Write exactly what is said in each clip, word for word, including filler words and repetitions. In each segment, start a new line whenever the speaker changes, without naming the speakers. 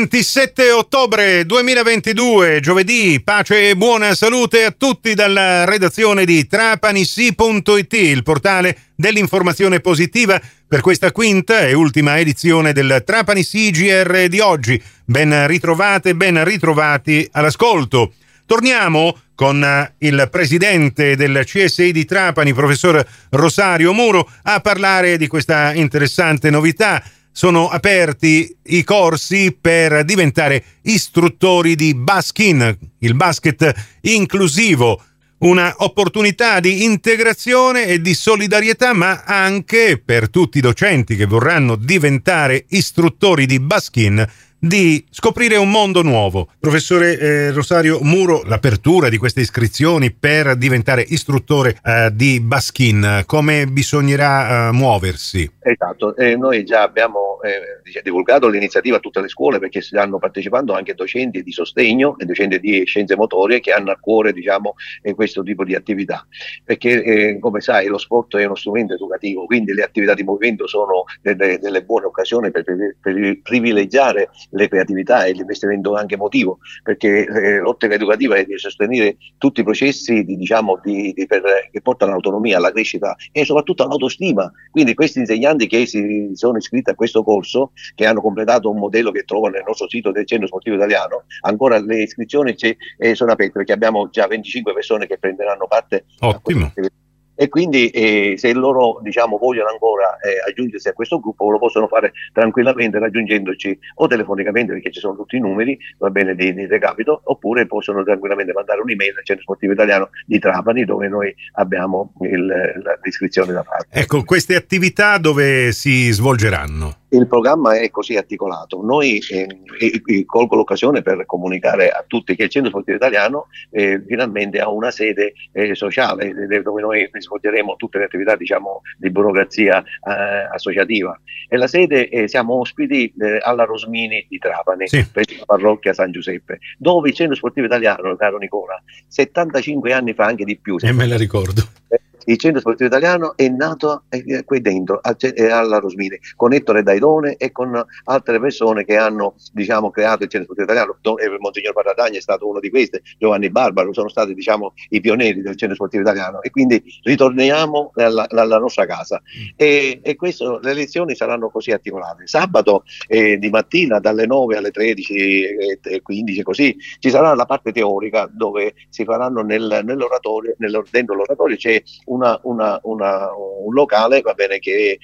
ventisette ottobre duemilaventidue, giovedì. Pace e buona salute a tutti dalla redazione di Trapanissi punto it, il portale dell'informazione positiva, per questa quinta e ultima edizione del Trapanissi G R di oggi. Ben ritrovate, ben ritrovati all'ascolto. Torniamo con il presidente del C S I di Trapani, professor Rosario Muro, a parlare di questa interessante novità. Sono aperti i corsi per diventare istruttori di baskin, il basket inclusivo, una opportunità di integrazione e di solidarietà, ma anche per tutti i docenti che vorranno diventare istruttori di baskin, di scoprire un mondo nuovo. Professore eh, Rosario Muro, l'apertura di queste iscrizioni per diventare istruttore eh, di baskin, come bisognerà eh, muoversi?
Esatto, eh, noi già abbiamo eh, divulgato l'iniziativa a tutte le scuole, perché stanno partecipando anche docenti di sostegno e docenti di scienze motorie che hanno a cuore, diciamo, eh, questo tipo di attività, perché eh, come sai lo sport è uno strumento educativo, quindi le attività di movimento sono delle, delle buone occasioni per, per, per privilegiare le creatività e l'investimento anche emotivo, perché eh, l'ottica educativa è di sostenere tutti i processi di, diciamo, di, di per, che portano all'autonomia, alla crescita e soprattutto all'autostima. Quindi questi insegnanti che si sono iscritti a questo corso, che hanno completato un modello che trovano nel nostro sito del Centro Sportivo Italiano, ancora le iscrizioni eh, sono aperte, perché abbiamo già venticinque persone che prenderanno parte.
Ottimo.
A e quindi eh, se loro, diciamo, vogliono ancora eh, aggiungersi a questo gruppo, lo possono fare tranquillamente raggiungendoci o telefonicamente, perché ci sono tutti i numeri, va bene, di, di recapito, oppure possono tranquillamente mandare un'email al Centro Sportivo Italiano di Trapani, dove noi abbiamo il, la, l'iscrizione da fare.
Ecco, queste attività dove si svolgeranno?
Il programma è così articolato. Noi eh, eh, colgo l'occasione per comunicare a tutti che il Centro Sportivo Italiano eh, finalmente ha una sede eh, sociale, eh, dove noi svolgeremo tutte le attività, diciamo, di burocrazia eh, associativa. E la sede, eh, siamo ospiti eh, alla Rosmini di Trapani,
sì,
presso la parrocchia San Giuseppe, dove il Centro Sportivo Italiano, caro Nicola, settantacinque anni fa, anche di più.
E me la ricordo.
Il Centro Sportivo Italiano è nato eh, qui dentro al, eh, alla Rosmini, con Ettore Daidone e con altre persone che hanno, diciamo, creato il Centro Sportivo Italiano. Don, eh, Monsignor Paradagna è stato uno di questi, Giovanni Barbaro, sono stati, diciamo, i pionieri del Centro Sportivo Italiano, e quindi ritorniamo alla, alla nostra casa. E, e questo, le lezioni saranno così articolate. Sabato eh, di mattina dalle nove alle tredici e quindici, così ci sarà la parte teorica, dove si faranno nel, nell'oratorio, nel, dentro l'oratorio c'è Una, una, una, un locale, va bene, che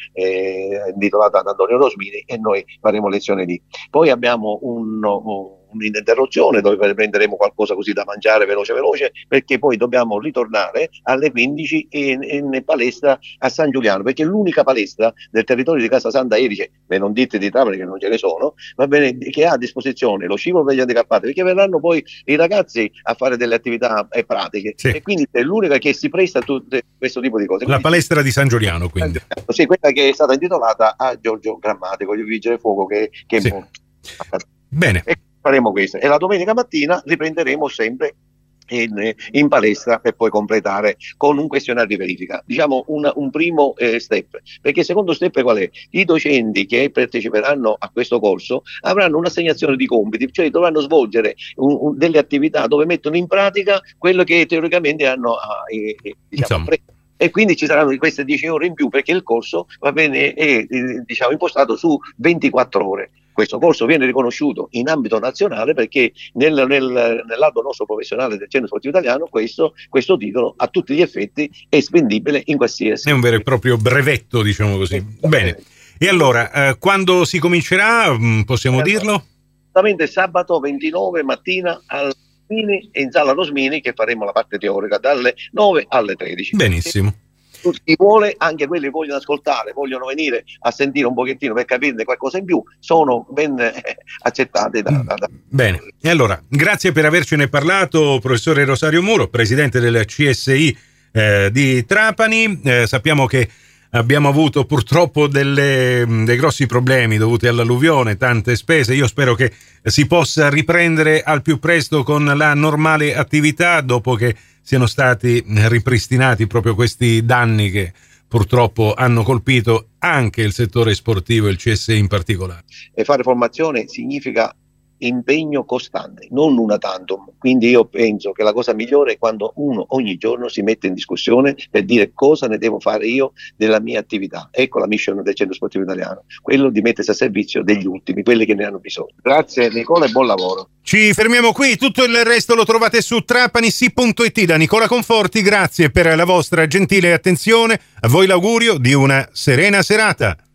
è intitolato ad Antonio Rosmini, e noi faremo lezione lì. Poi abbiamo un, un un'interruzione dove prenderemo qualcosa così da mangiare veloce veloce, perché poi dobbiamo ritornare alle quindici in, in palestra a San Giuliano, perché è l'unica palestra del territorio di Casa Santa Erice, e non dite di Trapani che non ce ne sono, va bene, che ha a disposizione lo scivolo per gli handicappati, perché verranno poi i ragazzi a fare delle attività eh, pratiche, sì, e quindi è l'unica che si presta a tutto questo tipo di cose.
La
quindi,
palestra di San Giuliano, quindi.
Sì, quella che è stata intitolata a Giorgio Grammatico, il vigile fuoco, che, che
sì,
è molto...
Bene.
E faremo questo, e la domenica mattina riprenderemo sempre in, in palestra, per poi completare con un questionario di verifica, diciamo un, un primo eh, step, perché il secondo step qual è? I docenti che parteciperanno a questo corso avranno un'assegnazione di compiti, cioè dovranno svolgere un, un, delle attività dove mettono in pratica quello che teoricamente hanno eh, eh, diciamo, preso. E quindi ci saranno queste dieci ore in più, perché il corso, va bene, è, diciamo, impostato su ventiquattro ore. Questo corso viene riconosciuto in ambito nazionale, perché nel, nel, nell'albo nostro professionale del Centro Sportivo Italiano questo, questo titolo a tutti gli effetti è spendibile in qualsiasi...
È un vero e proprio brevetto, diciamo così. Eh, Bene. E allora, eh, quando si comincerà, possiamo allora, dirlo?
Esattamente sabato ventinove mattina al in sala Rosmini, che faremo la parte teorica dalle nove alle tredici.
Benissimo.
Chi vuole, anche quelli che vogliono ascoltare, vogliono venire a sentire un pochettino per capirne qualcosa in più, sono ben eh, accettati da, da, da...
Bene, e allora grazie per avercene parlato, professore Rosario Muro, presidente del C S I eh, di Trapani. Eh, sappiamo che abbiamo avuto purtroppo delle, dei grossi problemi dovuti all'alluvione, tante spese. Io spero che si possa riprendere al più presto con la normale attività, dopo che siano stati ripristinati proprio questi danni che purtroppo hanno colpito anche il settore sportivo e il C S I in particolare.
E fare formazione significa impegno costante, non una tantum. Quindi io penso che la cosa migliore è quando uno ogni giorno si mette in discussione per dire cosa ne devo fare io della mia attività. Ecco la mission del Centro Sportivo Italiano, quello di mettersi a servizio degli ultimi, quelli che ne hanno bisogno. Grazie Nicola e buon lavoro.
Ci fermiamo qui, tutto il resto lo trovate su trapanissi punto it. Da Nicola Conforti, grazie per la vostra gentile attenzione, a voi l'augurio di una serena serata.